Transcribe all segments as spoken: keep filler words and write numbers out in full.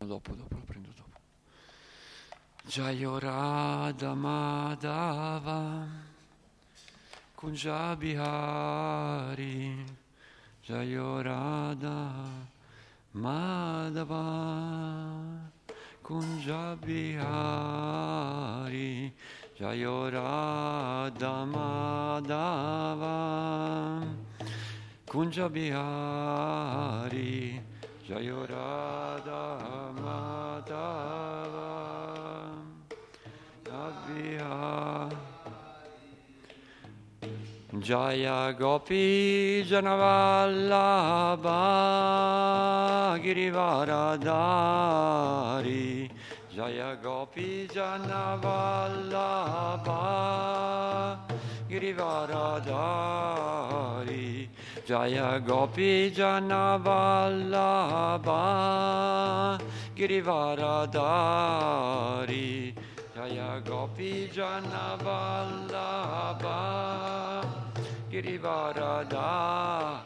Dopo, dopo, lo prendo dopo. Jayo Radha Madhava Kunja Bihari Jayo Radha Madhava Kunja Bihari Jayo Radha Madhava Kunja Bihari Jayo Radha Madhava Abhiha Jaya Gopi Janavallabha Girivaradari Jaya Gopi Janavallabha Girivaradari Jaya Gopi Janavallabha Girivaradari Jaya Gopi Janavallabha Girivarada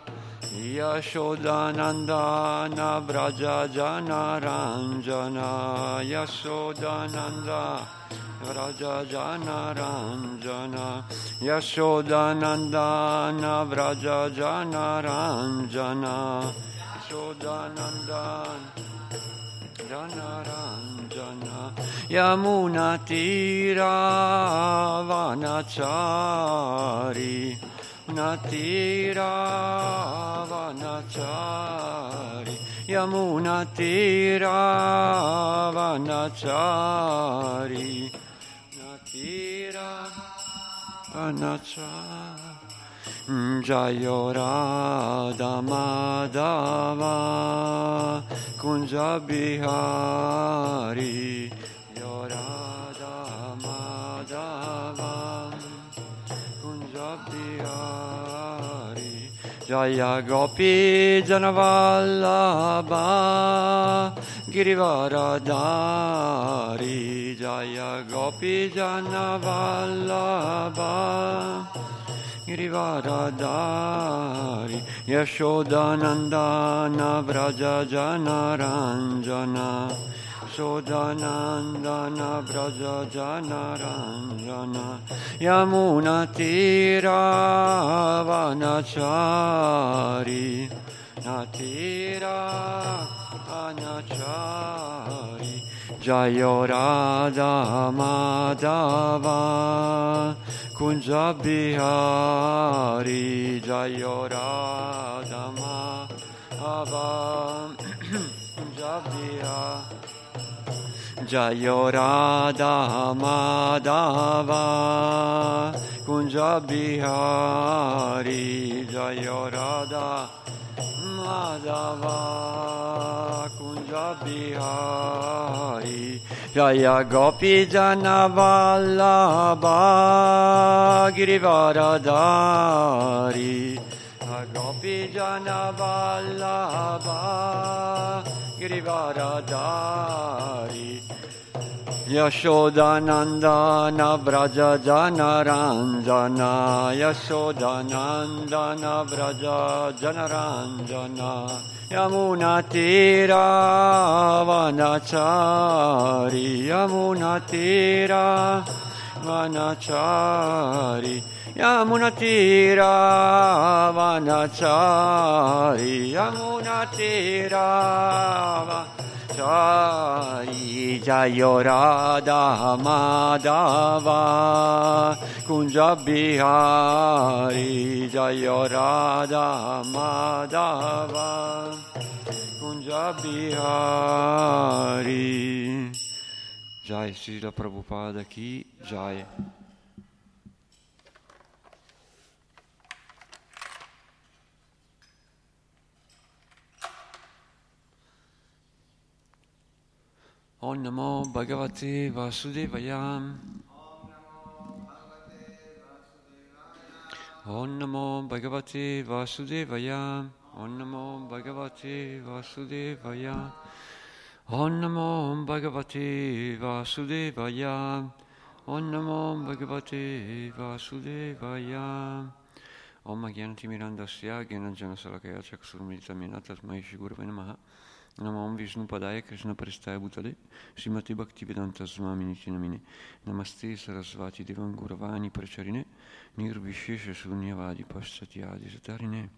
Yashodanandana Vraja Janaranjana Yashodananda Vraja Janaranjana Yashodanandana Vraja Janaranjana Yashodanandana Janaranjana Yamuna Tira Vanachari Natira Vanachari Yamuna Tira Vanachari Natira Vanachari Jayo Radha Madhava Kunja Bihari Jayo Radha Madhava Kunja Bihari Jaya Gopi Janavallabha Girivaradari Jaya Gopi Janavallabha Girivaradari Yashodanandana Vraja Janaranjana Yashodanandana Vraja Janaranjana Yamuna Tira Vanachari Natira Vanachari Jayo Radha Madhava Kunja Bihari Jayo Radha Madhava Kunja Bihari Jayo Radha Madhava Kunja Bihari Jayo Radha Madhava Kunja Bihari Jaya Gopi Janavallabha Girivaradari Gopi Janavallabha Girivaradari Yashodanandana Vraja Janaranjana Yashodanandana Vraja Janaranjana Yamuna Tira Vanachari Yamuna Tira Vanachari Yamuna Tira Vanachari Yamuna Tira Vanachari Jayo Radha Madhava Kunja Bihari Jayo Radha Madhava Kunja Bihari Jai Srila Prabhupada Ki Jai. Om Namo Bhagavate Vasudevaya. Om Namo Bhagavate Vasudevaya. Om Namo Bhagavate Vasudevaya. Om Namo Bhagavate Vasudevaya. Om Namo Bhagavate Vasudevaya. Om Agyanati Mirandasya Gyananjana Salakaya Chaksurumita Minatasmai Shigurve Namaha. Namo Vishnu Padaya Krishna Prestaya Bhutale Srimati Bhaktivedanta Swami Nityanamine Namaste Sarasvati Devanguravani Pracharine Nirvishesha Sunyavadi Paschatiadi Satarine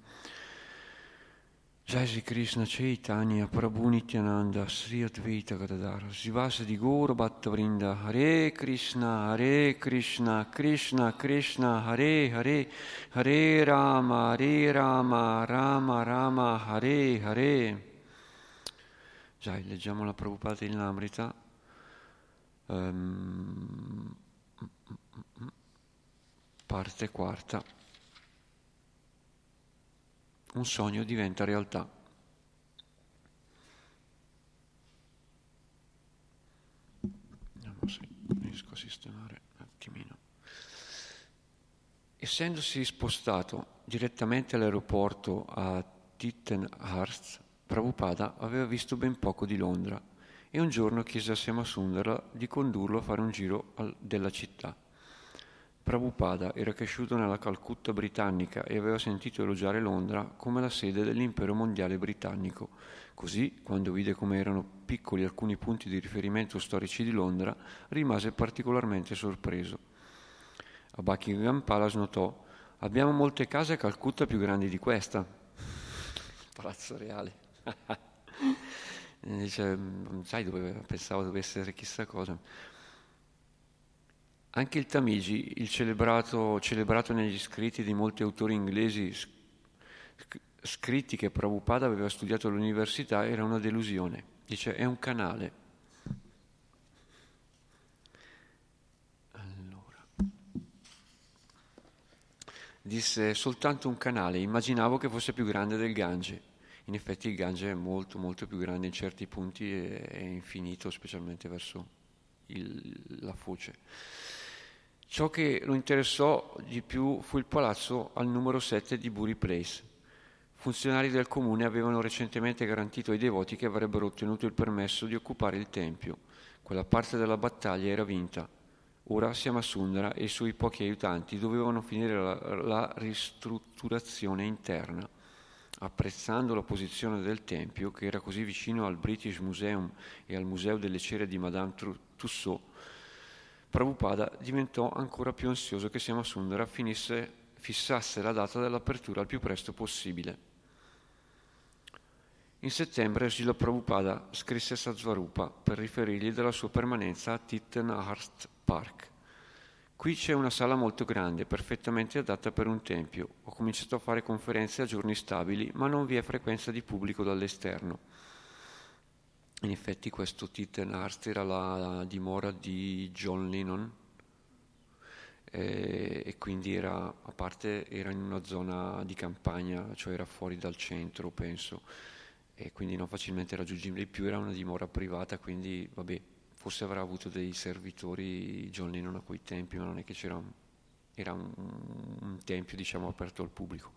Jai Sri Krishna Chaitanya Prabhu Nityananda Sri Advaita Gadadara Sivasa di Gaura Bhatta Vrinda Hare Krishna Hare Krishna Krishna Krishna Hare Hare Hare Rama Hare Rama Rama Rama Hare Hare. Jai, leggiamo la Prabhupada in Lamrita. Um, parte quarta. Un sogno diventa realtà. Vediamo se riesco a sistemare un attimino. Essendosi spostato direttamente all'aeroporto a Tittenhurst, Prabhupada aveva visto ben poco di Londra e un giorno chiese a Syamasundara di condurlo a fare un giro al, della città. Prabhupada era cresciuto nella Calcutta britannica e aveva sentito elogiare Londra come la sede dell'impero mondiale britannico. Così, quando vide come erano piccoli alcuni punti di riferimento storici di Londra, rimase particolarmente sorpreso. A Buckingham Palace notò: abbiamo molte case a Calcutta più grandi di questa. Palazzo Reale. Dice, sai dove pensavo dovesse essere chissà cosa. Anche il Tamigi, il celebrato, celebrato negli scritti di molti autori inglesi, scritti che Prabhupada aveva studiato all'università, era una delusione. Dice, è un canale. Allora. Disse, soltanto un canale, immaginavo che fosse più grande del Gange. In effetti il Gange è molto molto più grande in certi punti e è infinito, specialmente verso il, la foce. Ciò che lo interessò di più fu il palazzo al numero sette di Bury Place. Funzionari del comune avevano recentemente garantito ai devoti che avrebbero ottenuto il permesso di occupare il tempio. Quella parte della battaglia era vinta. Ora Syamasundara e i suoi pochi aiutanti dovevano finire la, la ristrutturazione interna. Apprezzando la posizione del tempio, che era così vicino al British Museum e al Museo delle cere di Madame Tussaud, Prabhupada diventò ancora più ansioso che Syamasundara finisse, fissasse la data dell'apertura al più presto possibile. In settembre Srila Prabhupada scrisse a Satsvarupa per riferirgli della sua permanenza a Tittenhurst Park. Qui c'è una sala molto grande, perfettamente adatta per un tempio. Ho cominciato a fare conferenze a giorni stabili, ma non vi è frequenza di pubblico dall'esterno. In effetti questo Tittenhurst era la dimora di John Lennon e, e quindi era, a parte era in una zona di campagna, cioè era fuori dal centro, penso, e quindi non facilmente raggiungibile. Più era una dimora privata, quindi vabbè. Forse avrà avuto dei servitori John Lennon a quei tempi, ma non è che c'era un, era un, un tempio, diciamo, aperto al pubblico.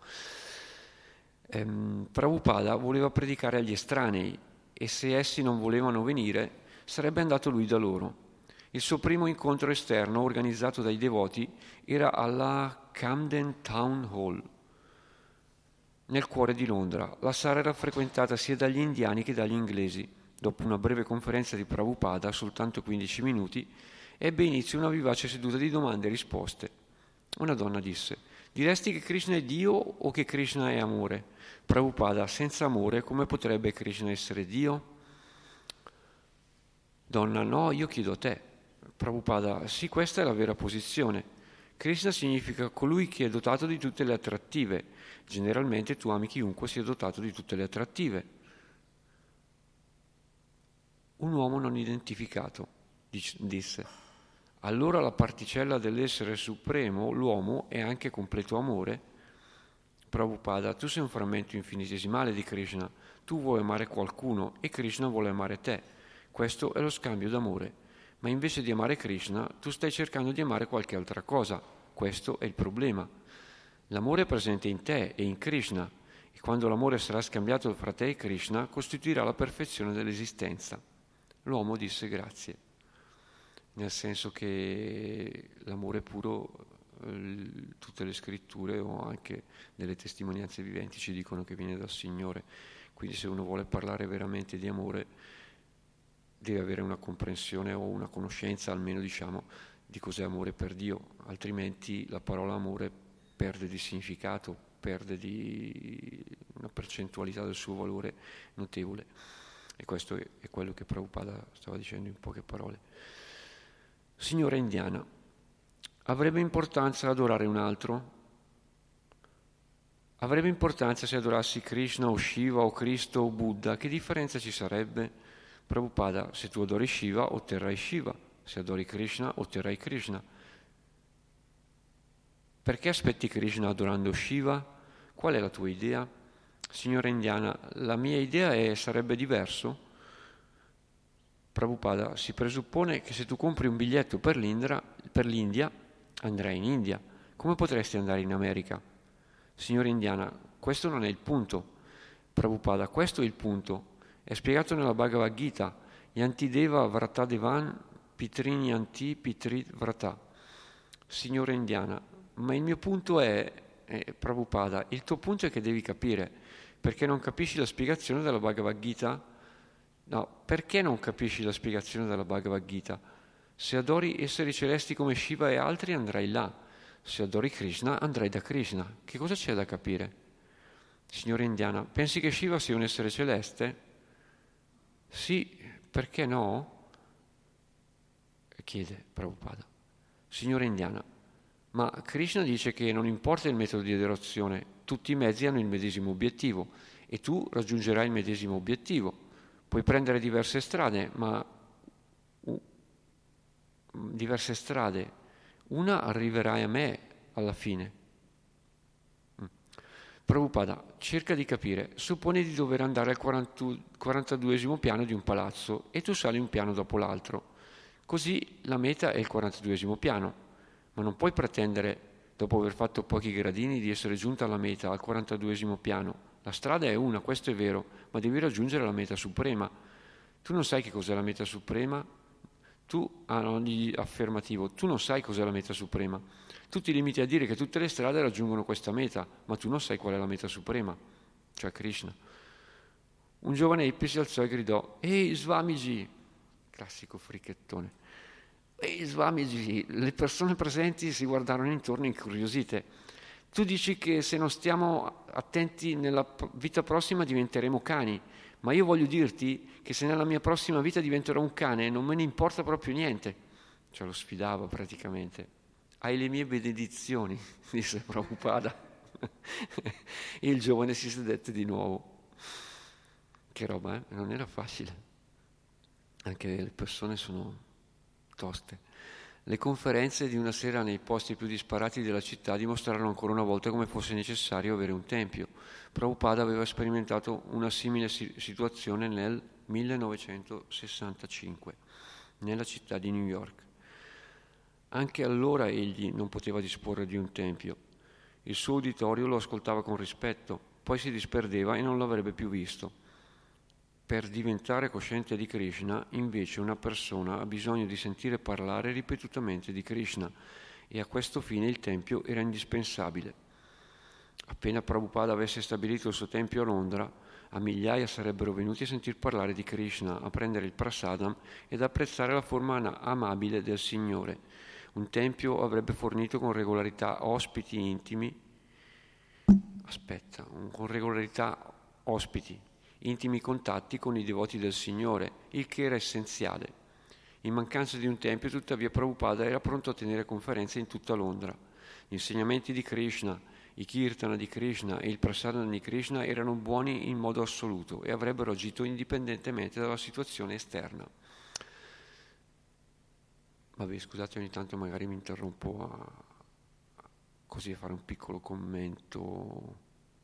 Ehm, Prabhupada voleva predicare agli estranei e se essi non volevano venire sarebbe andato lui da loro. Il suo primo incontro esterno organizzato dai devoti era alla Camden Town Hall, nel cuore di Londra. La sala era frequentata sia dagli indiani che dagli inglesi. Dopo una breve conferenza di Prabhupada, soltanto quindici minuti, ebbe inizio una vivace seduta di domande e risposte. Una donna disse: diresti che Krishna è Dio o che Krishna è amore? Prabhupada, senza amore come potrebbe Krishna essere Dio? Donna, no, io chiedo a te. Prabhupada, sì, questa è la vera posizione. Krishna significa colui che è dotato di tutte le attrattive. Generalmente tu ami chiunque sia dotato di tutte le attrattive. Un uomo non identificato, disse. Allora la particella dell'essere supremo, l'uomo, è anche completo amore? Prabhupada, tu sei un frammento infinitesimale di Krishna. Tu vuoi amare qualcuno e Krishna vuole amare te. Questo è lo scambio d'amore. Ma invece di amare Krishna, tu stai cercando di amare qualche altra cosa. Questo è il problema. L'amore è presente in te e in Krishna, e quando l'amore sarà scambiato fra te e Krishna, costituirà la perfezione dell'esistenza. L'uomo disse grazie, nel senso che l'amore puro eh, tutte le scritture o anche delle testimonianze viventi ci dicono che viene dal Signore. Quindi se uno vuole parlare veramente di amore deve avere una comprensione o una conoscenza almeno, diciamo, di cos'è amore per Dio, altrimenti la parola amore perde di significato, perde di una percentualità del suo valore notevole. E questo è, è quello che Prabhupada stava dicendo in poche parole. Signora indiana, avrebbe importanza adorare un altro? Avrebbe importanza se adorassi Krishna o Shiva o Cristo o Buddha? Che differenza ci sarebbe? Prabhupada, se tu adori Shiva otterrai Shiva, se adori Krishna otterrai Krishna. Perché aspetti Krishna adorando Shiva? Qual è la tua idea? Signora indiana, la mia idea è, sarebbe diverso? Prabhupada, si presuppone che se tu compri un biglietto per l'Indra, per l'India, andrai in India. Come potresti andare in America? Signora indiana, questo non è il punto. Prabhupada, questo è il punto. È spiegato nella Bhagavad Gita. Yantideva vrata devan pitrini yanti pitrit vrata. Signora indiana, ma il mio punto è, eh, Prabhupada, il tuo punto è che devi capire. Perché non capisci la spiegazione della Bhagavad Gita? No, perché non capisci la spiegazione della Bhagavad Gita? Se adori esseri celesti come Shiva e altri andrai là. Se adori Krishna andrai da Krishna. Che cosa c'è da capire? Signora indiana, pensi che Shiva sia un essere celeste? Sì, perché no? Chiede Prabhupada. Signora indiana, ma Krishna dice che non importa il metodo di adorazione, tutti i mezzi hanno il medesimo obiettivo e tu raggiungerai il medesimo obiettivo. Puoi prendere diverse strade, ma uh, diverse strade, una arriverai a me alla fine. Mm. Prabhupada, cerca di capire, supponi di dover andare al quarantaduesimo piano di un palazzo e tu sali un piano dopo l'altro. Così la meta è il quarantaduesimo piano, ma non puoi pretendere, dopo aver fatto pochi gradini, di essere giunta alla meta, al quarantaduesimo piano. La strada è una, questo è vero, ma devi raggiungere la meta suprema. Tu non sai che cos'è la meta suprema? Tu, ah no, affermativo, tu non sai cos'è la meta suprema. Tu ti limiti a dire che tutte le strade raggiungono questa meta, ma tu non sai qual è la meta suprema, cioè Krishna. Un giovane hippie si alzò e gridò: «Ehi, Swamiji!» Classico fricchettone. «Ehi, Swamiji!» Le persone presenti si guardarono intorno incuriosite. «Tu dici che se non stiamo attenti nella vita prossima diventeremo cani, ma io voglio dirti che se nella mia prossima vita diventerò un cane non me ne importa proprio niente». Cioè lo sfidava praticamente. «Hai le mie benedizioni», disse Prabhupada. E il giovane si sedette di nuovo. Che roba, eh? Non era facile. Anche le persone sono toste. Le conferenze di una sera nei posti più disparati della città dimostrarono ancora una volta come fosse necessario avere un tempio. Prabhupada aveva sperimentato una simile situazione nel millenovecentosessantacinque, nella città di New York. Anche allora egli non poteva disporre di un tempio. Il suo uditorio lo ascoltava con rispetto, poi si disperdeva e non lo avrebbe più visto. Per diventare cosciente di Krishna, invece, una persona ha bisogno di sentire parlare ripetutamente di Krishna e a questo fine il tempio era indispensabile. Appena Prabhupada avesse stabilito il suo tempio a Londra, a migliaia sarebbero venuti a sentir parlare di Krishna, a prendere il prasadam ed apprezzare la forma amabile del Signore. Un tempio avrebbe fornito con regolarità ospiti intimi, aspetta, con regolarità ospiti, intimi contatti con i devoti del Signore, il che era essenziale. In mancanza di un tempio, tuttavia, Prabhupada era pronto a tenere conferenze in tutta Londra. Gli insegnamenti di Krishna, i kirtana di Krishna e il prasadana di Krishna erano buoni in modo assoluto e avrebbero agito indipendentemente dalla situazione esterna. Vabbè, scusate, ogni tanto magari mi interrompo a, a, così a fare un piccolo commento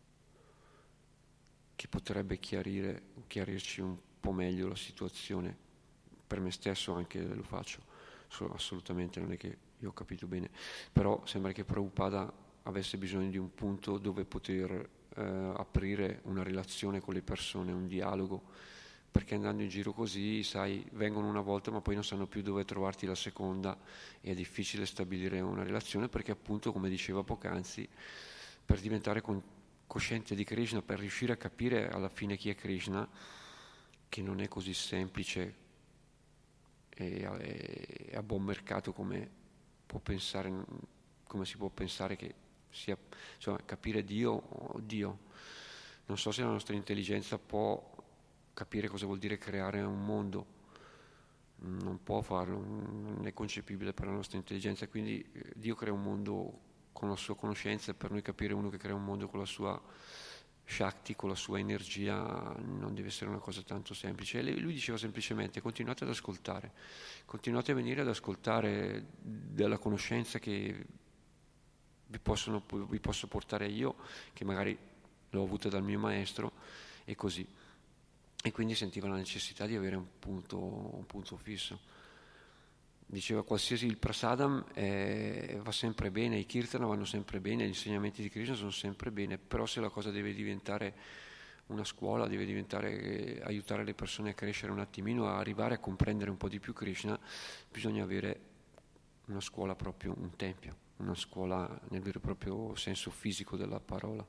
che potrebbe chiarire, chiarirci un po' meglio la situazione. Per me stesso anche lo faccio, so, assolutamente non è che io ho capito bene, però sembra che Prabhupada avesse bisogno di un punto dove poter eh, aprire una relazione con le persone, un dialogo, perché andando in giro così, sai, vengono una volta ma poi non sanno più dove trovarti la seconda e è difficile stabilire una relazione, perché appunto, come diceva poc'anzi, per diventare con, cosciente di Krishna, per riuscire a capire alla fine chi è Krishna, che non è così semplice e a, e a buon mercato come può pensare, come si può pensare che sia, insomma, capire Dio o Dio. Non so se la nostra intelligenza può capire cosa vuol dire creare un mondo, non può farlo, non è concepibile per la nostra intelligenza, quindi Dio crea un mondo con la sua conoscenza, e per noi capire uno che crea un mondo con la sua Shakti, con la sua energia, non deve essere una cosa tanto semplice. E lui diceva semplicemente: continuate ad ascoltare, continuate a venire ad ascoltare della conoscenza che vi, possono, vi posso portare io, che magari l'ho avuta dal mio maestro, e così. E quindi sentiva la necessità di avere un punto, un punto fisso. Diceva: qualsiasi il prasadam eh, va sempre bene, i kirtana vanno sempre bene, gli insegnamenti di Krishna sono sempre bene, però se la cosa deve diventare una scuola, deve diventare eh, aiutare le persone a crescere un attimino, a arrivare a comprendere un po' di più Krishna, bisogna avere una scuola, proprio un tempio, una scuola nel vero e proprio senso fisico della parola.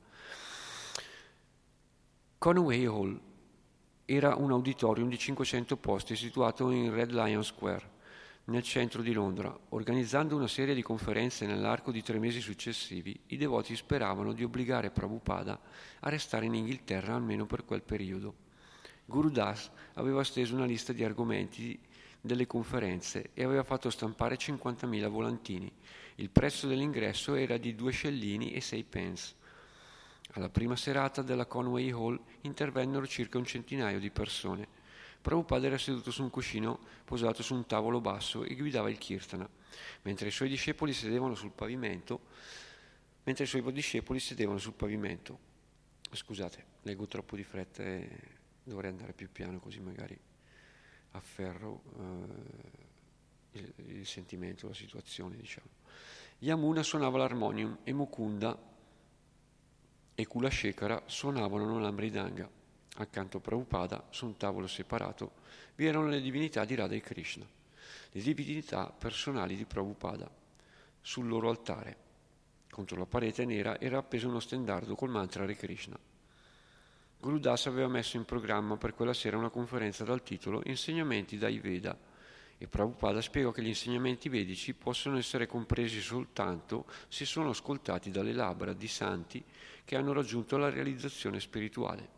Conway Hall era un auditorium di cinquecento posti situato in Red Lion Square, nel centro di Londra. Organizzando una serie di conferenze nell'arco di tre mesi successivi, i devoti speravano di obbligare Prabhupada a restare in Inghilterra almeno per quel periodo. Guru Das aveva steso una lista di argomenti delle conferenze e aveva fatto stampare cinquantamila volantini. Il prezzo dell'ingresso era di due scellini e sei pence. Alla prima serata della Conway Hall intervennero circa un centinaio di persone. Prabhupada era seduto su un cuscino posato su un tavolo basso e guidava il kirtana, mentre i suoi discepoli sedevano sul pavimento. Mentre i suoi discepoli sedevano sul pavimento. Scusate, leggo troppo di fretta e dovrei andare più piano, così magari afferro eh, il, il sentimento, la situazione, diciamo. Yamuna suonava l'armonium e Mukunda e Kulashekara suonavano l'amridanga. Accanto a Prabhupada, su un tavolo separato, vi erano le divinità di Radha e Krishna, le divinità personali di Prabhupada. Sul loro altare, contro la parete nera, era appeso uno stendardo col mantra Hare Krishna. Guru Das aveva messo in programma per quella sera una conferenza dal titolo Insegnamenti dai Veda, e Prabhupada spiegò che gli insegnamenti vedici possono essere compresi soltanto se sono ascoltati dalle labbra di santi che hanno raggiunto la realizzazione spirituale.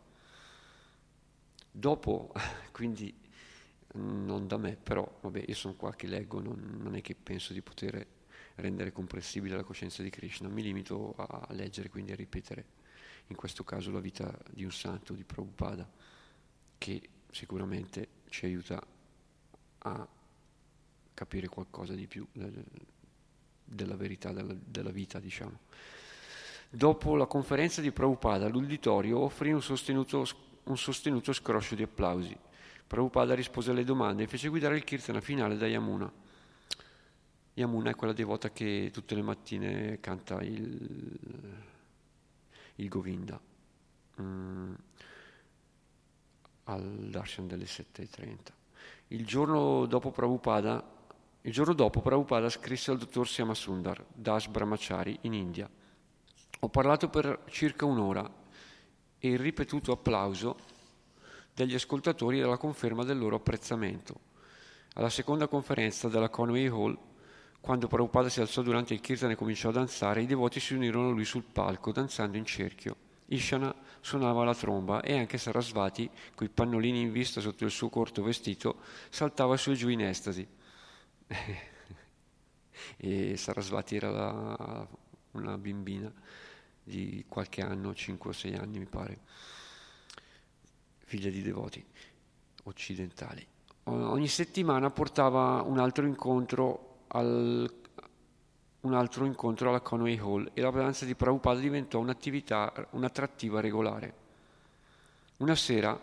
Dopo, quindi non da me, però vabbè, io sono qua che leggo, non, non è che penso di poter rendere comprensibile la coscienza di Krishna, mi limito a leggere, quindi a ripetere in questo caso la vita di un santo, di Prabhupada, che sicuramente ci aiuta a capire qualcosa di più della verità della, della vita, diciamo. Dopo la conferenza di Prabhupada, l'uditorio offrì un sostenuto, un sostenuto scroscio di applausi. Prabhupada rispose alle domande e fece guidare il kirtana finale da Yamuna. Yamuna è quella devota che tutte le mattine canta il, il Govinda mm, al darshan delle sette e trenta. Il giorno dopo Prabhupada Il giorno dopo Prabhupada scrisse al dottor Syamasundar Das Brahmachari in India: ho parlato per circa un'ora e il ripetuto applauso degli ascoltatori era la conferma del loro apprezzamento. Alla seconda conferenza della Conway Hall, quando Prabhupada si alzò durante il kirtana e cominciò a danzare, i devoti si unirono a lui sul palco danzando in cerchio. Ishana suonava la tromba e anche Sarasvati, coi pannolini in vista sotto il suo corto vestito, saltava su e giù in estasi. E Sarasvati era la, una bimbina di qualche anno, cinque o sei anni mi pare, figlia di devoti occidentali. Ogni settimana portava un altro incontro al un altro incontro alla Conway Hall e la presenza di Prabhupada diventò un'attività, un'attrattiva regolare. Una sera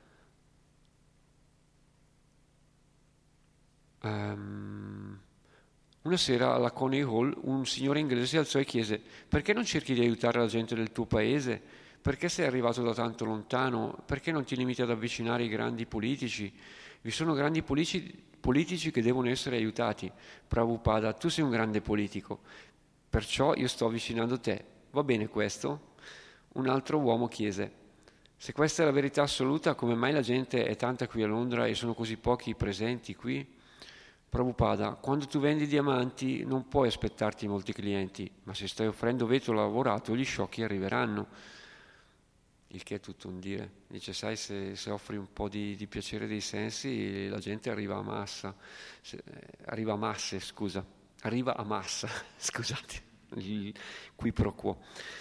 um, una sera alla Conway Hall un signore inglese si alzò e chiese: perché non cerchi di aiutare la gente del tuo paese? Perché sei arrivato da tanto lontano? Perché non ti limiti ad avvicinare i grandi politici? Vi sono grandi politici, politici che devono essere aiutati. Prabhupada, tu sei un grande politico, perciò io sto avvicinando te. Va bene questo? Un altro uomo chiese: se questa è la verità assoluta, come mai la gente è tanta qui a Londra e sono così pochi presenti qui? Prabhupada, quando tu vendi diamanti non puoi aspettarti molti clienti, ma se stai offrendo vetro lavorato gli sciocchi arriveranno. Il che è tutto un dire. Dice, sai, se, se offri un po' di, di piacere dei sensi, la gente arriva a massa, se, eh, arriva a masse, scusa, arriva a massa, scusate, il qui pro quo.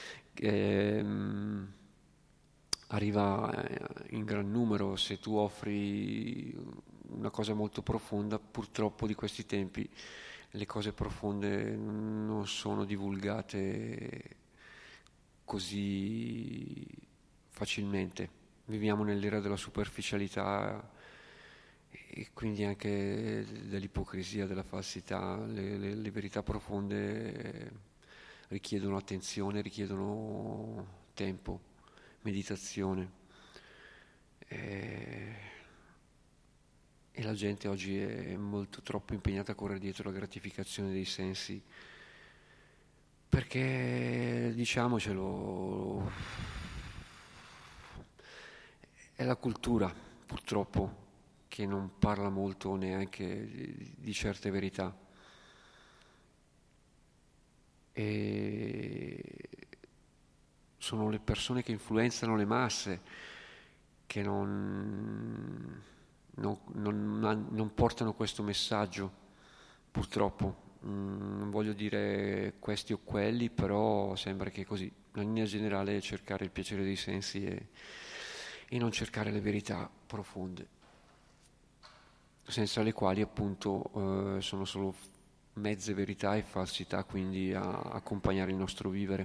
Ehm, arriva in gran numero. Se tu offri una cosa molto profonda, purtroppo di questi tempi le cose profonde non sono divulgate così facilmente. Viviamo nell'era della superficialità e quindi anche dell'ipocrisia, della falsità. Le, le, le verità profonde richiedono attenzione, richiedono tempo, meditazione. E, e la gente oggi è molto troppo impegnata a correre dietro la gratificazione dei sensi, perché, diciamocelo, è la cultura, purtroppo, che non parla molto neanche di, di certe verità. E sono le persone che influenzano le masse che non, non, non, non portano questo messaggio, purtroppo. Non voglio dire questi o quelli, però sembra che così, la linea generale è cercare il piacere dei sensi e, e non cercare le verità profonde, senza le quali appunto eh, sono solo mezze verità e falsità, quindi a accompagnare il nostro vivere.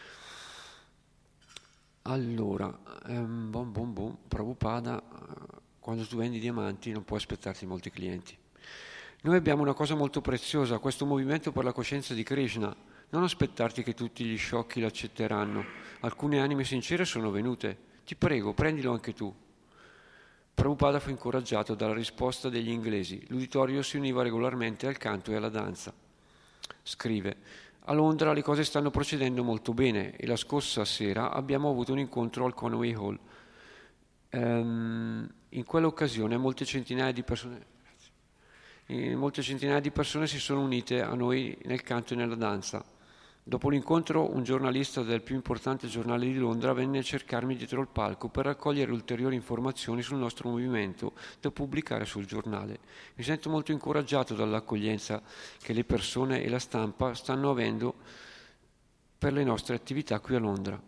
Allora, ehm, bom bom bom, Prabhupada, quando tu vendi diamanti non puoi aspettarti molti clienti. Noi abbiamo una cosa molto preziosa, questo movimento per la coscienza di Krishna. Non aspettarti che tutti gli sciocchi l'accetteranno. Alcune anime sincere sono venute. Ti prego, prendilo anche tu. Prabhupada fu incoraggiato dalla risposta degli inglesi. L'uditorio si univa regolarmente al canto e alla danza. Scrive: a Londra le cose stanno procedendo molto bene e la scorsa sera abbiamo avuto un incontro al Conway Hall. Um, in quell'occasione molte centinaia di persone E molte centinaia di persone si sono unite a noi nel canto e nella danza. Dopo l'incontro, un giornalista del più importante giornale di Londra venne a cercarmi dietro il palco per raccogliere ulteriori informazioni sul nostro movimento da pubblicare sul giornale. Mi sento molto incoraggiato dall'accoglienza che le persone e la stampa stanno avendo per le nostre attività qui a Londra.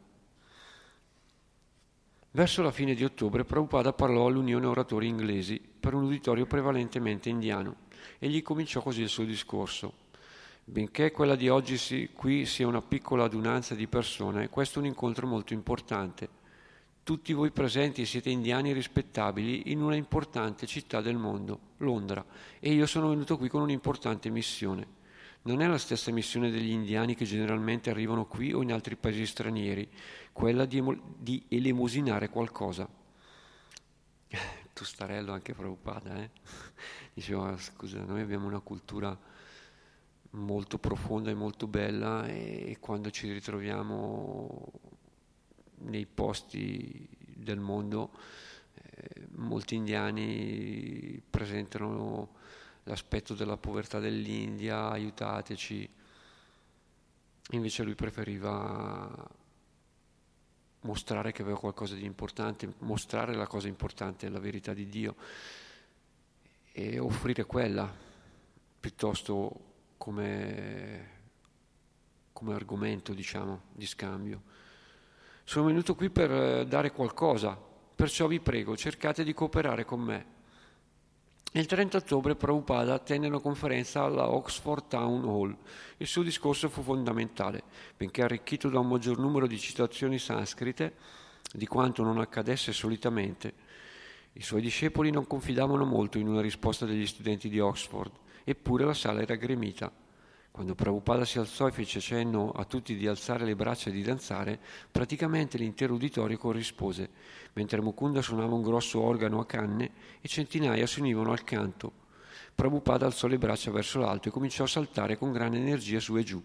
Verso la fine di ottobre Prabhupada parlò all'Unione Oratori Inglesi per un uditorio prevalentemente indiano. Egli cominciò così il suo discorso. Benché quella di oggi si, qui sia una piccola adunanza di persone, questo è un incontro molto importante. Tutti voi presenti siete indiani rispettabili in una importante città del mondo, Londra, e io sono venuto qui con un'importante missione. Non è la stessa missione degli indiani che generalmente arrivano qui o in altri paesi stranieri, quella di, di elemosinare qualcosa. Tustarello anche Prabhupada, eh? Diceva, scusa, noi abbiamo una cultura molto profonda e molto bella e, e quando ci ritroviamo nei posti del mondo, eh, molti indiani presentano l'aspetto della povertà dell'India, aiutateci. Invece lui preferiva mostrare che aveva qualcosa di importante, mostrare la cosa importante, la verità di Dio, e offrire quella piuttosto come, come argomento, diciamo, di scambio. Sono venuto qui per dare qualcosa, perciò vi prego, cercate di cooperare con me. Il trenta ottobre Prabhupada tenne una conferenza alla Oxford Town Hall. Il suo discorso fu fondamentale, benché arricchito da un maggior numero di citazioni sanscrite di quanto non accadesse solitamente. I suoi discepoli non confidavano molto in una risposta degli studenti di Oxford, eppure la sala era gremita. Quando Prabhupada si alzò e fece cenno a tutti di alzare le braccia e di danzare, praticamente l'intero uditorio corrispose, mentre Mukunda suonava un grosso organo a canne e centinaia si univano al canto. Prabhupada alzò le braccia verso l'alto e cominciò a saltare con grande energia su e giù.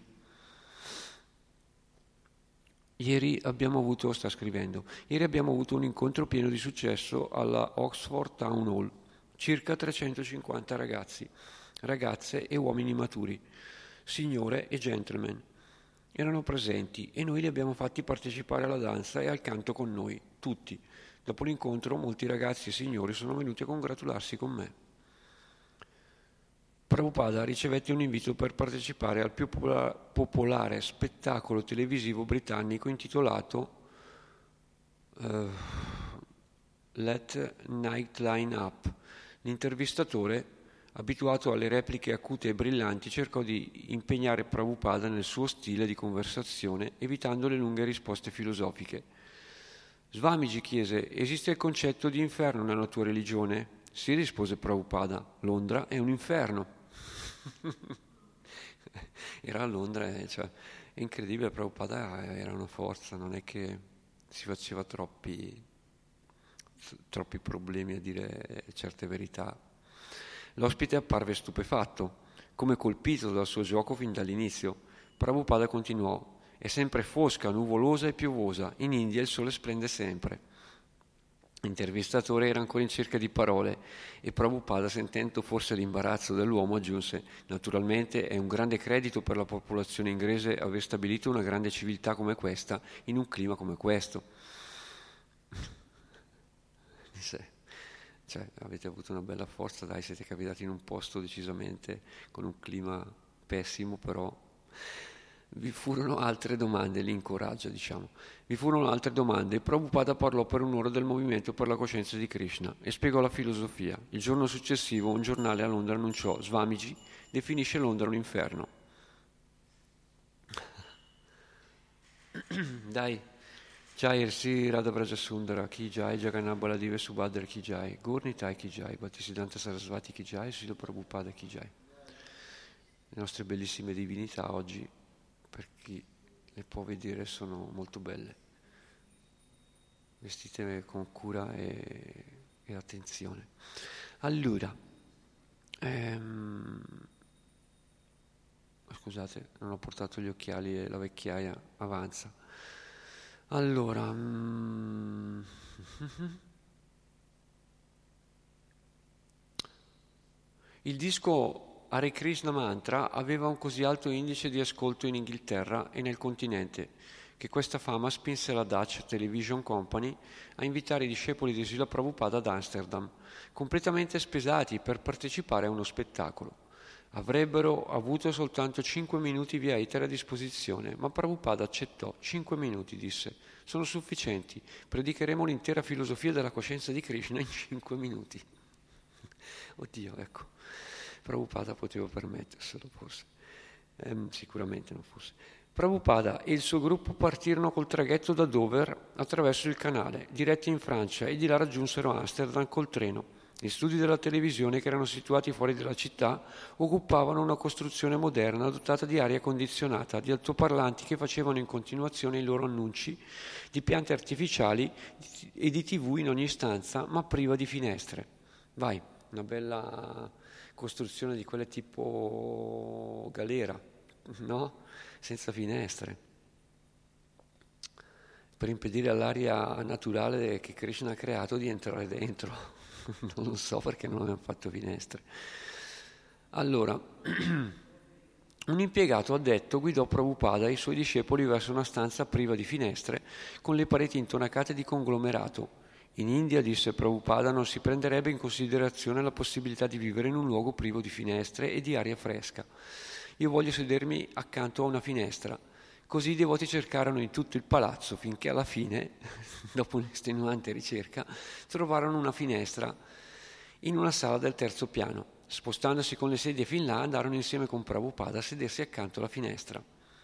Ieri abbiamo avuto, sta scrivendo, ieri abbiamo avuto un incontro pieno di successo alla Oxford Town Hall, circa trecentocinquanta ragazzi, ragazze e uomini maturi, signore e gentleman. Erano presenti e noi li abbiamo fatti partecipare alla danza e al canto con noi, tutti. Dopo l'incontro molti ragazzi e signori sono venuti a congratularsi con me. Prabhupada ricevette un invito per partecipare al più popolare spettacolo televisivo britannico intitolato uh, Let Night Line Up. L'intervistatore, abituato alle repliche acute e brillanti, cercò di impegnare Prabhupada nel suo stile di conversazione, evitando le lunghe risposte filosofiche. Swamiji chiese: esiste il concetto di inferno nella tua religione? Sì, rispose Prabhupada, Londra è un inferno. Era a Londra, cioè, è incredibile, Prabhupada era una forza, non è che si faceva troppi, troppi problemi a dire certe verità. L'ospite apparve stupefatto, come colpito dal suo gioco fin dall'inizio. Prabhupada continuò: è sempre fosca, nuvolosa e piovosa, in India il sole splende sempre. L'intervistatore era ancora in cerca di parole e Prabhupada, sentendo forse l'imbarazzo dell'uomo, aggiunse: naturalmente è un grande credito per la popolazione inglese aver stabilito una grande civiltà come questa in un clima come questo. Cioè, avete avuto una bella forza, dai, siete capitati in un posto decisamente con un clima pessimo, però vi furono altre domande, li incoraggia, diciamo. Vi furono altre domande e Prabhupada parlò per un'ora del movimento per la coscienza di Krishna e spiegò la filosofia. Il giorno successivo un giornale a Londra annunciò: Swamiji definisce Londra un inferno. Dai, Jai Sri Radha Braja Sundara Ki Jai, Jagannath Baladiva Subhadra Ki Jai, Gurnitai Ki Jai, Bhaktisiddhanta Sarasvati Ki Jai, Srila Prabhupada Ki Jai. Le nostre bellissime divinità oggi, per chi le può vedere, sono molto belle, vestite con cura e, e attenzione. Allora, ehm, scusate, non ho portato gli occhiali e la vecchiaia avanza. Allora, mm, il disco Hare Krishna Mantra aveva un così alto indice di ascolto in Inghilterra e nel continente che questa fama spinse la Dutch Television Company a invitare i discepoli di Srila Prabhupada ad Amsterdam, completamente spesati per partecipare a uno spettacolo. Avrebbero avuto soltanto cinque minuti via etere a disposizione, ma Prabhupada accettò. Cinque minuti, disse, sono sufficienti. Predicheremo l'intera filosofia della coscienza di Krishna in cinque minuti. Oddio, ecco. Prabhupada poteva permetterselo, forse. Eh, sicuramente non fosse. Prabhupada e il suo gruppo partirono col traghetto da Dover attraverso il canale, diretti in Francia, e di là raggiunsero Amsterdam col treno. Gli studi della televisione, che erano situati fuori dalla città, occupavano una costruzione moderna dotata di aria condizionata, di altoparlanti che facevano in continuazione i loro annunci, di piante artificiali e di tivù in ogni stanza, ma priva di finestre. Vai, una bella costruzione di quelle tipo galera, no? Senza finestre, per impedire all'aria naturale che Krishna ha creato di entrare dentro. Non lo so perché non abbiamo fatto finestre. Allora, un impiegato addetto guidò Prabhupada e i suoi discepoli verso una stanza priva di finestre, con le pareti intonacate di conglomerato. In India, disse Prabhupada, non si prenderebbe in considerazione la possibilità di vivere in un luogo privo di finestre e di aria fresca. Io voglio sedermi accanto a una finestra. Così i devoti cercarono in tutto il palazzo finché alla fine, dopo un'estenuante ricerca, trovarono una finestra in una sala del terzo piano. Spostandosi con le sedie fin là, andarono insieme con Prabhupada a sedersi accanto alla finestra.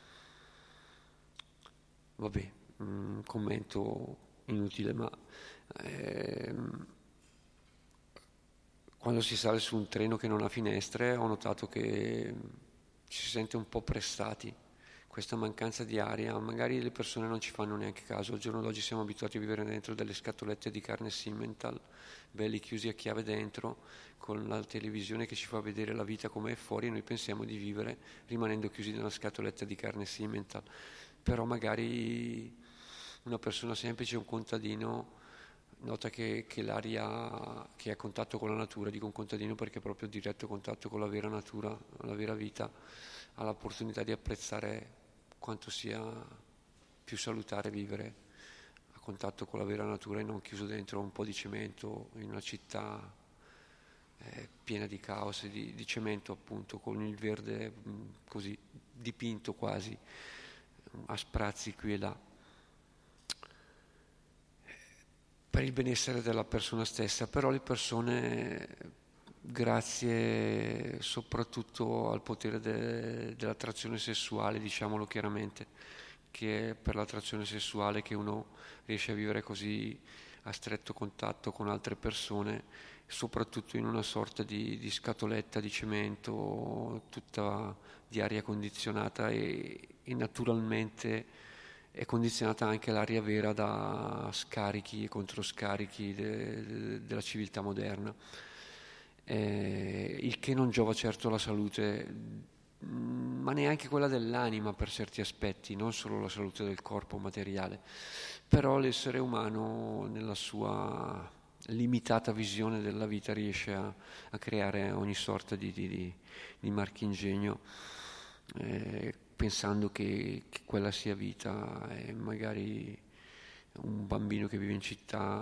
Vabbè, un commento inutile, ma ehm, quando si sale su un treno che non ha finestre ho notato che ci si sente un po' pressati. Questa mancanza di aria, magari le persone non ci fanno neanche caso. Al giorno d'oggi siamo abituati a vivere dentro delle scatolette di carne Simmental, belli chiusi a chiave dentro, con la televisione che ci fa vedere la vita com'è fuori, e noi pensiamo di vivere rimanendo chiusi nella scatoletta di carne Simmental. Però magari una persona semplice, un contadino, nota che, che l'aria che è a contatto con la natura, dico un contadino perché è proprio diretto contatto con la vera natura, la vera vita, ha l'opportunità di apprezzare quanto sia più salutare vivere a contatto con la vera natura e non chiuso dentro un po' di cemento in una città eh, piena di caos e di, di cemento, appunto, con il verde mh, così dipinto quasi a sprazzi qui e là, per il benessere della persona stessa. Però le persone, grazie soprattutto al potere de, dell'attrazione sessuale, diciamolo chiaramente, che è per l'attrazione sessuale che uno riesce a vivere così a stretto contatto con altre persone, soprattutto in una sorta di, di scatoletta di cemento tutta di aria condizionata, e, e naturalmente è condizionata anche l'aria vera da scarichi e controscarichi de, de, della civiltà moderna. Eh, il che non giova certo alla salute, ma neanche quella dell'anima per certi aspetti, non solo la salute del corpo materiale. Però l'essere umano, nella sua limitata visione della vita, riesce a, a creare ogni sorta di, di, di, di marchingegno, eh, pensando che, che quella sia vita, e magari un bambino che vive in città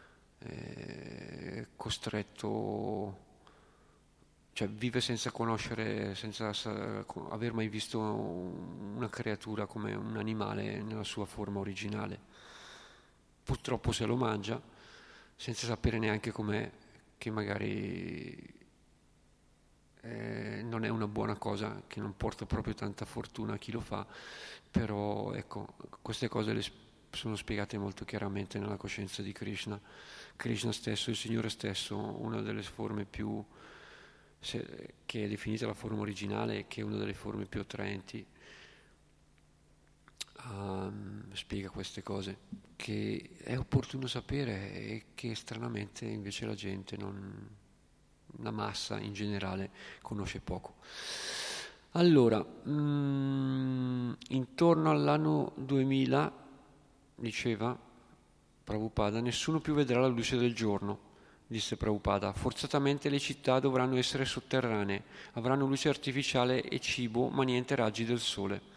è costretto, cioè vive senza conoscere, senza aver mai visto una creatura come un animale nella sua forma originale. Purtroppo se lo mangia senza sapere neanche com'è, che magari eh, non è una buona cosa, che non porta proprio tanta fortuna a chi lo fa. Però ecco, queste cose le sono spiegate molto chiaramente nella coscienza di Krishna. Krishna stesso, il Signore stesso, una delle forme più, se, che è definita la forma originale, che è una delle forme più attraenti, um, spiega queste cose che è opportuno sapere e che stranamente invece la gente non, la massa in generale conosce poco. Allora, mm, intorno all'anno duemila, diceva Prabhupada, nessuno più vedrà la luce del giorno, disse Prabhupada. Forzatamente le città dovranno essere sotterranee, avranno luce artificiale e cibo, ma niente raggi del sole.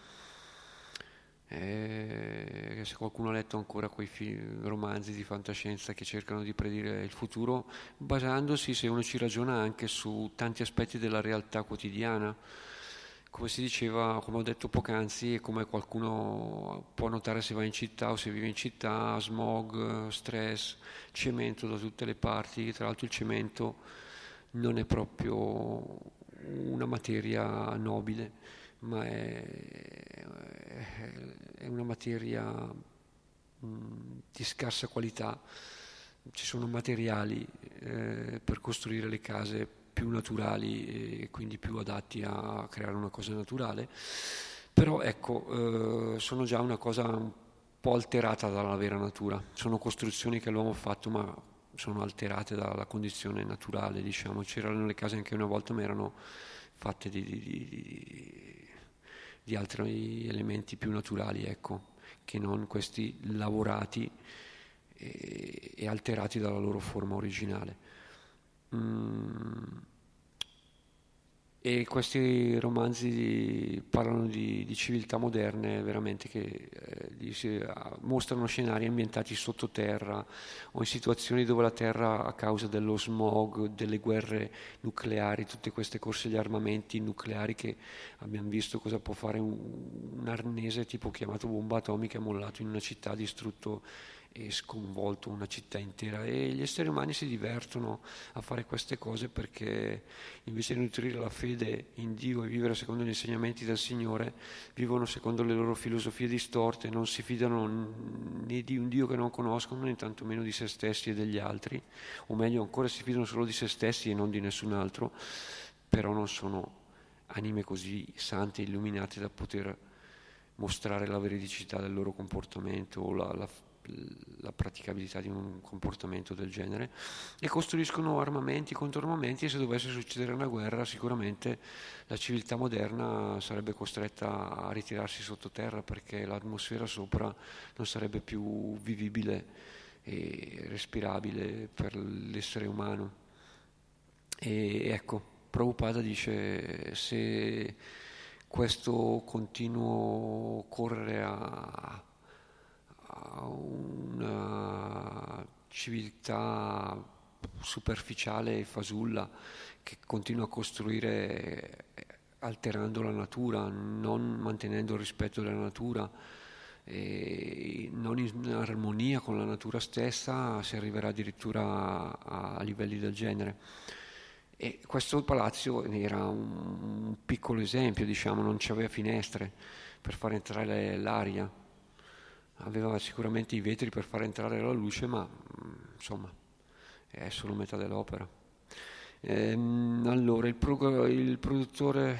Eh, se qualcuno ha letto ancora quei film, romanzi di fantascienza che cercano di predire il futuro, basandosi, se uno ci ragiona, anche su tanti aspetti della realtà quotidiana, come si diceva, come ho detto poc'anzi, e come qualcuno può notare se va in città o se vive in città: smog, stress, cemento da tutte le parti. Tra l'altro il cemento non è proprio una materia nobile, ma è, è una materia mh, di scarsa qualità. Ci sono materiali eh, per costruire le case più naturali e quindi più adatti a creare una cosa naturale, però ecco, eh, sono già una cosa un po' alterata dalla vera natura. Sono costruzioni che l'uomo ha fatto, ma sono alterate dalla condizione naturale, diciamo. C'erano le case anche una volta, ma erano fatte di, di, di, di altri elementi più naturali, ecco, che non questi lavorati e, e alterati dalla loro forma originale. Mm. E questi romanzi parlano di, di civiltà moderne veramente che eh, di, si, ah, mostrano scenari ambientati sottoterra o in situazioni dove la terra, a causa dello smog, delle guerre nucleari, tutte queste corse agli armamenti nucleari, che abbiamo visto cosa può fare un, un arnese tipo chiamato bomba atomica, mollato in una città, ha distrutto e sconvolto una città intera. E gli esseri umani si divertono a fare queste cose perché invece di nutrire la fede in Dio e vivere secondo gli insegnamenti del Signore, vivono secondo le loro filosofie distorte, non si fidano né di un Dio che non conoscono né tantomeno di se stessi e degli altri, o meglio ancora si fidano solo di se stessi e non di nessun altro, però non sono anime così sante e illuminate da poter mostrare la veridicità del loro comportamento o la, la, la praticabilità di un comportamento del genere, e costruiscono armamenti, controarmamenti, e se dovesse succedere una guerra sicuramente la civiltà moderna sarebbe costretta a ritirarsi sottoterra, perché l'atmosfera sopra non sarebbe più vivibile e respirabile per l'essere umano. E ecco, Prabhupada dice: se questo continuo correre a, a una civiltà superficiale e fasulla che continua a costruire alterando la natura, non mantenendo il rispetto della natura, e non in armonia con la natura stessa, si arriverà addirittura a, a livelli del genere. E questo palazzo era un, un piccolo esempio, diciamo, non c'aveva finestre per far entrare l'aria, aveva sicuramente i vetri per far entrare la luce, ma insomma è solo metà dell'opera. Ehm, allora il, pro, il produttore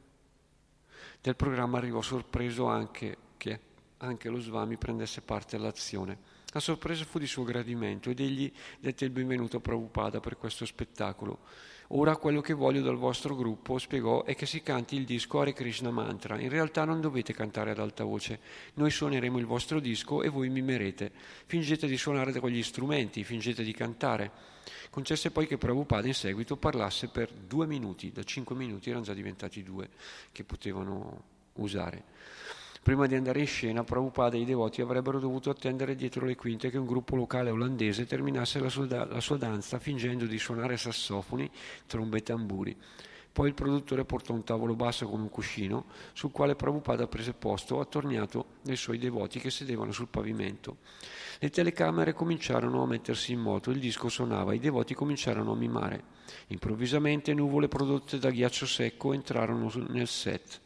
del programma arrivò sorpreso anche che anche lo Swami prendesse parte all'azione. La sorpresa fu di suo gradimento ed egli dette il benvenuto a Prabhupada per questo spettacolo. Ora quello che voglio dal vostro gruppo, spiegò, è che si canti il disco Hare Krishna Mantra. In realtà non dovete cantare ad alta voce. Noi suoneremo il vostro disco e voi mimerete. Fingete di suonare con gli strumenti, fingete di cantare. Concesse poi che Prabhupada in seguito parlasse per due minuti. Da cinque minuti erano già diventati due che potevano usare. Prima di andare in scena, Prabhupada e i devoti avrebbero dovuto attendere dietro le quinte che un gruppo locale olandese terminasse la sua, da- la sua danza fingendo di suonare sassofoni, trombe e tamburi. Poi il produttore portò un tavolo basso con un cuscino, sul quale Prabhupada prese posto attorniato dai suoi devoti che sedevano sul pavimento. Le telecamere cominciarono a mettersi in moto, il disco suonava, i devoti cominciarono a mimare. Improvvisamente nuvole prodotte da ghiaccio secco entrarono nel set.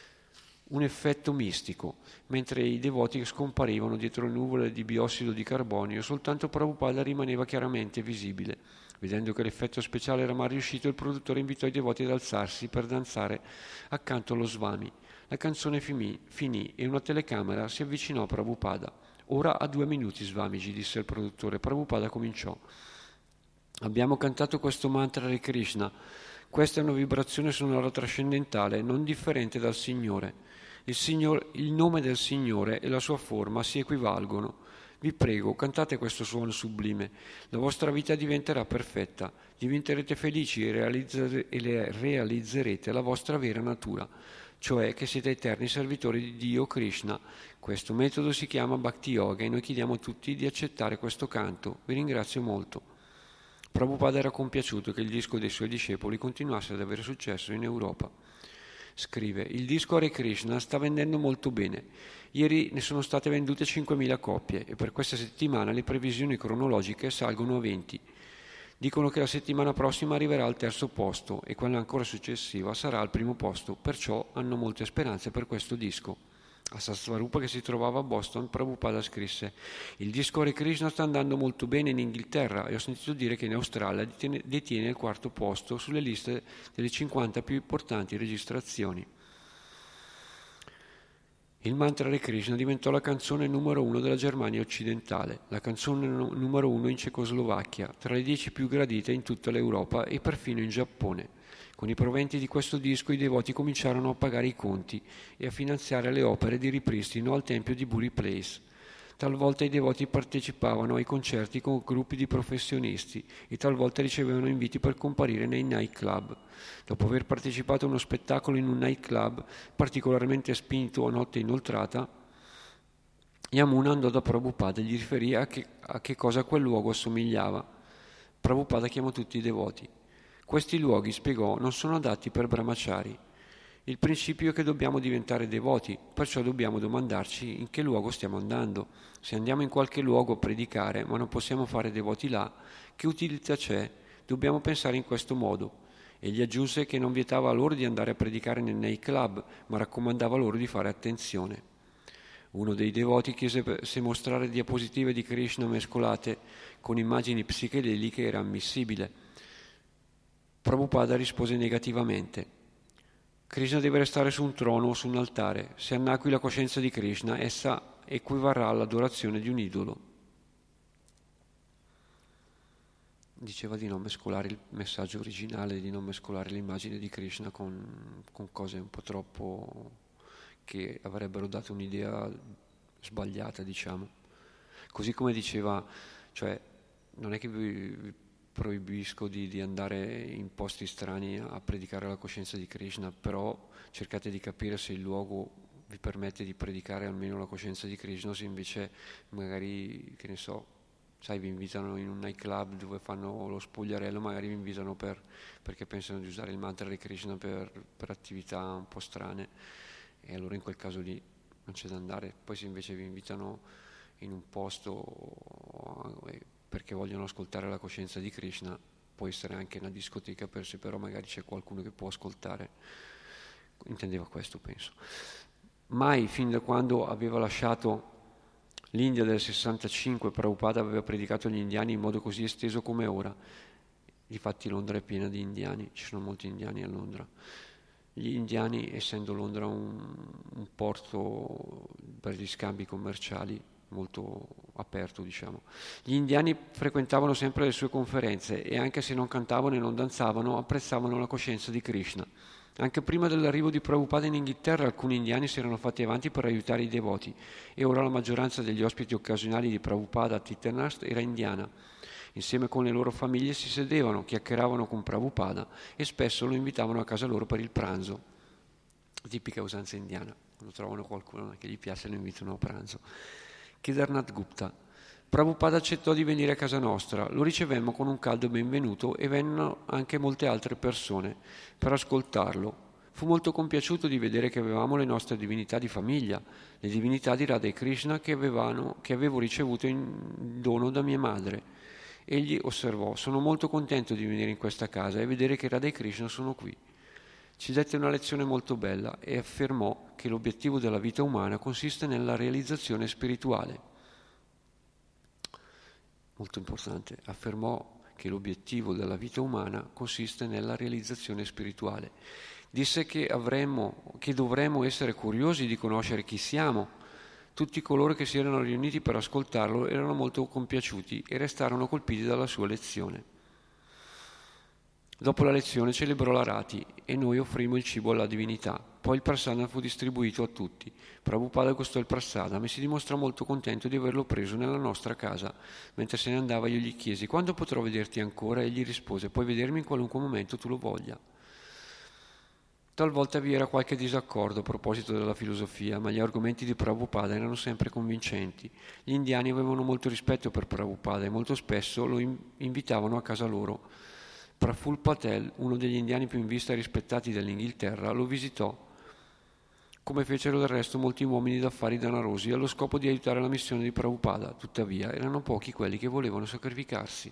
Un effetto mistico, mentre i devoti scomparivano dietro le nuvole di biossido di carbonio, soltanto Prabhupada rimaneva chiaramente visibile. Vedendo che l'effetto speciale era mal riuscito, il produttore invitò i devoti ad alzarsi per danzare accanto allo Swami. La canzone finì, finì e una telecamera si avvicinò a Prabhupada. Ora a due minuti, Swamiji, disse il produttore. Prabhupada cominciò. Abbiamo cantato questo mantra Hare Krishna. Questa è una vibrazione sonora trascendentale, non differente dal Signore. Il, Signore, il nome del Signore e la sua forma si equivalgono. Vi prego, cantate questo suono sublime. La vostra vita diventerà perfetta. Diventerete felici e, realizzere, e le realizzerete la vostra vera natura, cioè che siete eterni servitori di Dio Krishna. Questo metodo si chiama Bhakti Yoga e noi chiediamo a tutti di accettare questo canto. Vi ringrazio molto. Prabhupada era compiaciuto che il disco dei suoi discepoli continuasse ad avere successo in Europa. Scrive: il disco Hare Krishna sta vendendo molto bene. Ieri ne sono state vendute cinquemila copie e per questa settimana le previsioni cronologiche salgono a venti. Dicono che la settimana prossima arriverà al terzo posto e quella ancora successiva sarà al primo posto, perciò hanno molte speranze per questo disco. A Satsvarupa, che si trovava a Boston, Prabhupada scrisse: il disco Hare Krishna sta andando molto bene in Inghilterra e ho sentito dire che in Australia detiene, detiene il quarto posto sulle liste delle cinquanta più importanti registrazioni. Il mantra Hare Krishna diventò la canzone numero uno della Germania occidentale, la canzone no- numero uno in Cecoslovacchia, tra le dieci più gradite in tutta l'Europa e perfino in Giappone. Con i proventi di questo disco i devoti cominciarono a pagare i conti e a finanziare le opere di ripristino al tempio di Buri Place. Talvolta i devoti partecipavano ai concerti con gruppi di professionisti e talvolta ricevevano inviti per comparire nei nightclub. Dopo aver partecipato a uno spettacolo in un nightclub particolarmente spinto a notte inoltrata, Yamuna andò da Prabhupada e gli riferì a che, a che cosa quel luogo assomigliava. Prabhupada chiamò tutti i devoti. Questi luoghi, spiegò, non sono adatti per brahmachari. Il principio è che dobbiamo diventare devoti, perciò dobbiamo domandarci in che luogo stiamo andando. Se andiamo in qualche luogo a predicare, ma non possiamo fare devoti là, che utilità c'è? Dobbiamo pensare in questo modo. Egli aggiunse che non vietava loro di andare a predicare nel nightclub, ma raccomandava loro di fare attenzione. Uno dei devoti chiese se mostrare diapositive di Krishna mescolate con immagini psichedeliche era ammissibile. Prabhupada rispose negativamente. Krishna deve restare su un trono o su un altare. Se annacqui la coscienza di Krishna, essa equivarrà all'adorazione di un idolo. Diceva di non mescolare il messaggio originale, di non mescolare l'immagine di Krishna con, con cose un po' troppo che avrebbero dato un'idea sbagliata, diciamo. Così come diceva, cioè, non è che vi, vi proibisco di, di andare in posti strani a predicare la coscienza di Krishna, però cercate di capire se il luogo vi permette di predicare almeno la coscienza di Krishna, se invece magari, che ne so, sai, vi invitano in un nightclub dove fanno lo spogliarello, magari vi invitano per, perché pensano di usare il mantra di Krishna per, per attività un po' strane, e allora in quel caso lì non c'è da andare. Poi se invece vi invitano in un posto perché vogliono ascoltare la coscienza di Krishna, può essere anche una discoteca per sé, però magari c'è qualcuno che può ascoltare. Intendeva questo, penso. Mai, fin da quando aveva lasciato l'India del sessantacinque, Prabhupada aveva predicato agli indiani in modo così esteso come ora. Difatti Londra è piena di indiani, ci sono molti indiani a Londra. Gli indiani, essendo Londra un, un porto per gli scambi commerciali molto aperto, diciamo, gli indiani frequentavano sempre le sue conferenze e anche se non cantavano e non danzavano, apprezzavano la coscienza di Krishna. Anche prima dell'arrivo di Prabhupada in Inghilterra alcuni indiani si erano fatti avanti per aiutare i devoti e ora la maggioranza degli ospiti occasionali di Prabhupada a Titernast era indiana. Insieme con le loro famiglie si sedevano, chiacchieravano con Prabhupada e spesso lo invitavano a casa loro per il pranzo. Tipica usanza indiana, quando trovano qualcuno che gli piace lo invitano a pranzo. Kedarnath Gupta. Prabhupada accettò di venire a casa nostra, lo ricevemmo con un caldo benvenuto e vennero anche molte altre persone per ascoltarlo. Fu molto compiaciuto di vedere che avevamo le nostre divinità di famiglia, le divinità di Radha e Krishna che, avevano, che avevo ricevuto in dono da mia madre. Egli osservò: sono molto contento di venire in questa casa e vedere che Radha e Krishna sono qui. Ci dette una lezione molto bella e affermò che l'obiettivo della vita umana consiste nella realizzazione spirituale. Molto importante, affermò che l'obiettivo della vita umana consiste nella realizzazione spirituale. Disse che avremmo, che dovremmo essere curiosi di conoscere chi siamo. Tutti coloro che si erano riuniti per ascoltarlo erano molto compiaciuti e restarono colpiti dalla sua lezione. Dopo la lezione celebrò la Rati e noi offrimmo il cibo alla divinità. Poi il prasadam fu distribuito a tutti. Prabhupada gustò il prasadam e si dimostrò molto contento di averlo preso nella nostra casa. Mentre se ne andava io gli chiesi: quando potrò vederti ancora? Egli rispose: puoi vedermi in qualunque momento tu lo voglia. Talvolta vi era qualche disaccordo a proposito della filosofia, ma gli argomenti di Prabhupada erano sempre convincenti. Gli indiani avevano molto rispetto per Prabhupada e molto spesso lo invitavano a casa loro. Praful Patel, uno degli indiani più in vista e rispettati dell'Inghilterra, lo visitò, come fecero del resto molti uomini d'affari danarosi, allo scopo di aiutare la missione di Prabhupada. Tuttavia, erano pochi quelli che volevano sacrificarsi.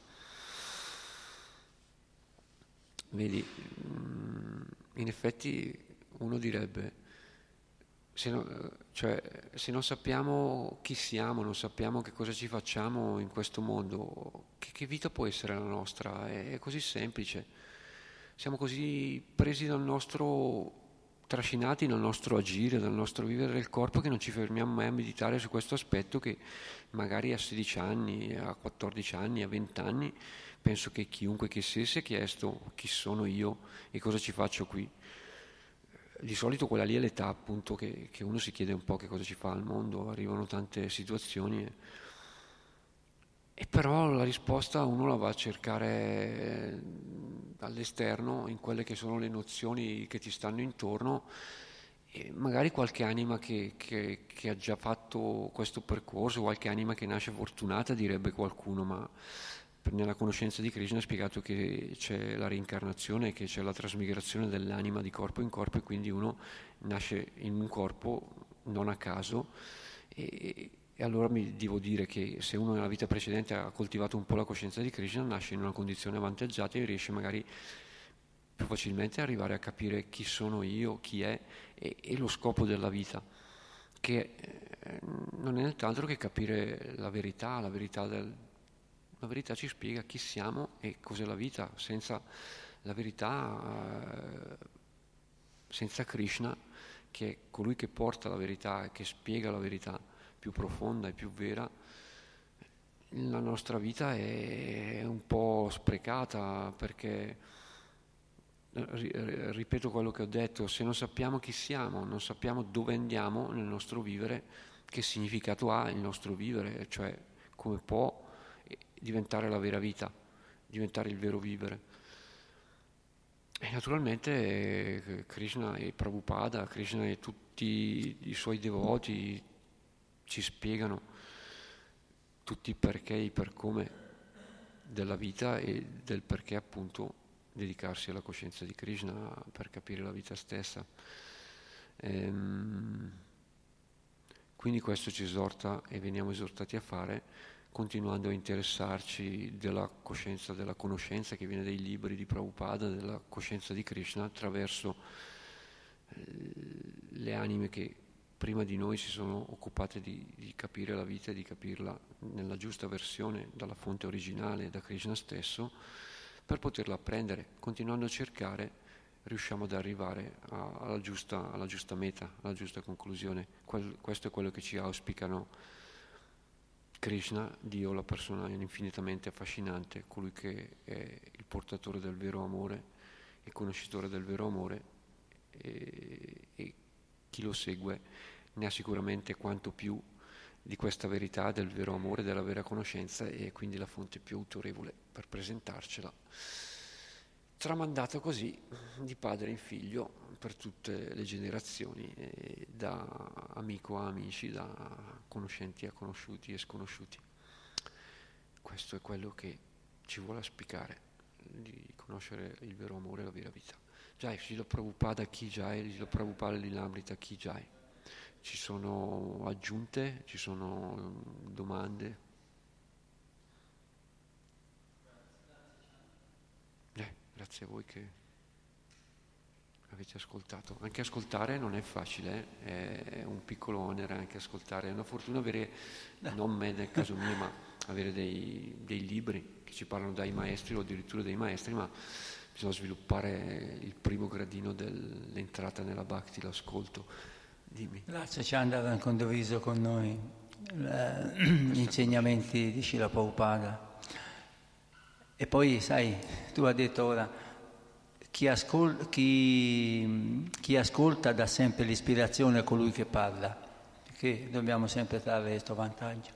Vedi, in effetti uno direbbe, se, no, cioè, se non sappiamo chi siamo, non sappiamo che cosa ci facciamo in questo mondo, che, che vita può essere la nostra? È, è così semplice. Siamo così presi dal nostro, trascinati dal nostro agire, dal nostro vivere del corpo, che non ci fermiamo mai a meditare su questo aspetto che magari a sedici anni, a quattordici anni, a venti anni, penso che chiunque che sia si è chiesto chi sono io e cosa ci faccio qui. Di solito quella lì è l'età appunto che, che uno si chiede un po' che cosa ci fa al mondo, arrivano tante situazioni e, e però la risposta uno la va a cercare all'esterno, in quelle che sono le nozioni che ti stanno intorno, e magari qualche anima che, che, che ha già fatto questo percorso, qualche anima che nasce fortunata, direbbe qualcuno, ma nella conoscenza di Krishna ha spiegato che c'è la reincarnazione, che c'è la trasmigrazione dell'anima di corpo in corpo e quindi uno nasce in un corpo non a caso e, e allora mi devo dire che se uno nella vita precedente ha coltivato un po' la coscienza di Krishna nasce in una condizione avvantaggiata e riesce magari più facilmente ad arrivare a capire chi sono io, chi è e, e lo scopo della vita, che eh, non è nient'altro che capire la verità, la verità del La verità ci spiega chi siamo e cos'è la vita. Senza la verità eh, senza Krishna, che è colui che porta la verità, che spiega la verità più profonda e più vera, la nostra vita è un po' sprecata, perché, ripeto quello che ho detto, se non sappiamo chi siamo, non sappiamo dove andiamo nel nostro vivere, che significato ha il nostro vivere, cioè come può diventare la vera vita, diventare il vero vivere. E naturalmente Krishna e Prabhupada, Krishna e tutti i suoi devoti ci spiegano tutti i perché e i per come della vita e del perché appunto dedicarsi alla coscienza di Krishna per capire la vita stessa. Ehm, quindi questo ci esorta e veniamo esortati a fare, continuando a interessarci della coscienza, della conoscenza che viene dai libri di Prabhupada, della coscienza di Krishna attraverso eh, le anime che prima di noi si sono occupate di, di capire la vita e di capirla nella giusta versione, dalla fonte originale, da Krishna stesso, per poterla apprendere. Continuando a cercare riusciamo ad arrivare a, alla, giusta, alla giusta meta, alla giusta conclusione. Quel, questo è quello che ci auspicano Krishna, Dio, la persona infinitamente affascinante, colui che è il portatore del vero amore, il conoscitore del vero amore, e, e chi lo segue ne ha sicuramente quanto più di questa verità, del vero amore, della vera conoscenza, e quindi la fonte più autorevole per presentarcela, tramandata così di padre in figlio per tutte le generazioni, eh, da amico a amici, da conoscenti a conosciuti e sconosciuti. Questo è quello che ci vuole auspicare, di conoscere il vero amore e la vera vita. Jai, Srila Prabhupada Ki Jai, Srila Prabhupada Lilamrita Ki Jai. Ci sono aggiunte, ci sono domande? Eh, grazie a voi che avete ascoltato. Anche ascoltare non è facile, eh? È un piccolo onere anche ascoltare. È una fortuna avere, non me nel caso mio, ma avere dei, dei libri che ci parlano dai maestri o addirittura dei maestri, ma bisogna sviluppare il primo gradino dell'entrata nella Bhakti, l'ascolto. Dimmi. Grazie, Chandra hanno condiviso con noi la, gli insegnamenti di Srila Prabhupada. E poi, sai, tu hai detto ora, chi, ascol- chi, chi ascolta dà sempre l'ispirazione a colui che parla, perché dobbiamo sempre trarre questo vantaggio.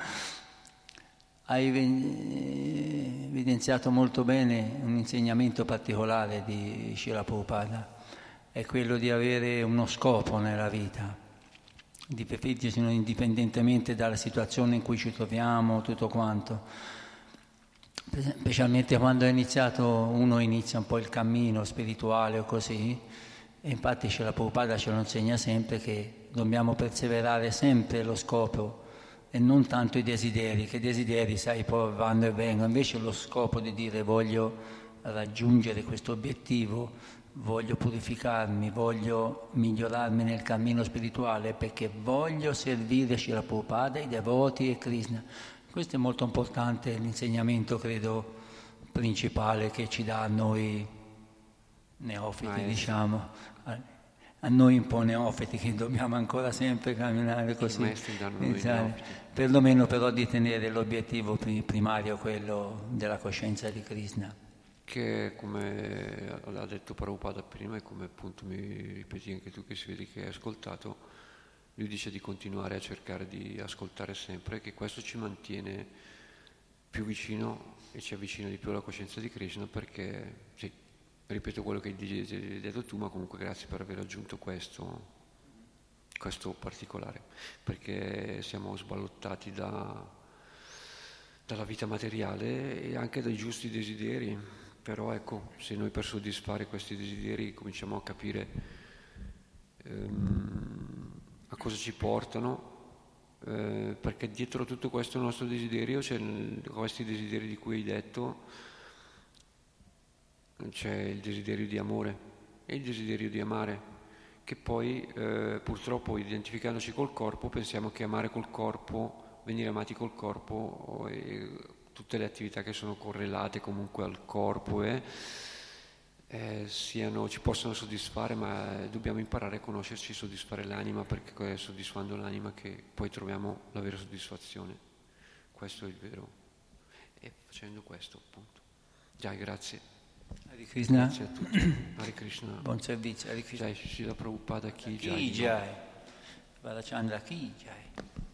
Hai evidenziato molto bene un insegnamento particolare di Srila Prabhupada, è quello di avere uno scopo nella vita, di perfettirsi indipendentemente dalla situazione in cui ci troviamo, tutto quanto. Specialmente quando è iniziato, uno inizia un po' il cammino spirituale o così, e infatti Srila Prabhupada ce lo insegna sempre che dobbiamo perseverare sempre lo scopo e non tanto i desideri, che i desideri, sai, poi vanno e vengono, invece lo scopo di dire voglio raggiungere questo obiettivo, voglio purificarmi, voglio migliorarmi nel cammino spirituale perché voglio servire Srila Prabhupada, i devoti e Krishna. Questo è molto importante, l'insegnamento credo principale che ci dà a noi neofiti, ah, diciamo, a, a noi un po' neofiti che dobbiamo ancora sempre camminare così, perlomeno però di tenere l'obiettivo primario, quello della coscienza di Krishna. Che come ha detto Prabhupada prima e come appunto mi ripeti anche tu, che si vede che hai ascoltato, lui dice di continuare a cercare di ascoltare sempre, che questo ci mantiene più vicino e ci avvicina di più alla coscienza di Krishna, perché, sì, ripeto quello che hai detto tu, ma comunque grazie per aver aggiunto questo, questo particolare, perché siamo sballottati da, dalla vita materiale e anche dai giusti desideri. Però ecco, se noi per soddisfare questi desideri cominciamo a capire ehm, a cosa ci portano, eh, perché dietro a tutto questo nostro desiderio c'è il, questi desideri di cui hai detto, c'è il desiderio di amore e il desiderio di amare, che poi eh, purtroppo identificandoci col corpo pensiamo che amare col corpo, venire amati col corpo e tutte le attività che sono correlate comunque al corpo, eh, eh, siano, ci possano soddisfare, ma eh, dobbiamo imparare a conoscerci, soddisfare l'anima, perché è soddisfando l'anima che poi troviamo la vera soddisfazione. Questo è il vero. E facendo questo, appunto. Jai, grazie. Hare Krishna. Grazie a tutti. Hare Krishna. Buon servizio. Hare Krishna. Jai, Srila Prabhupada Ki Ki Jai. Jai. Balachandra Ki Jai.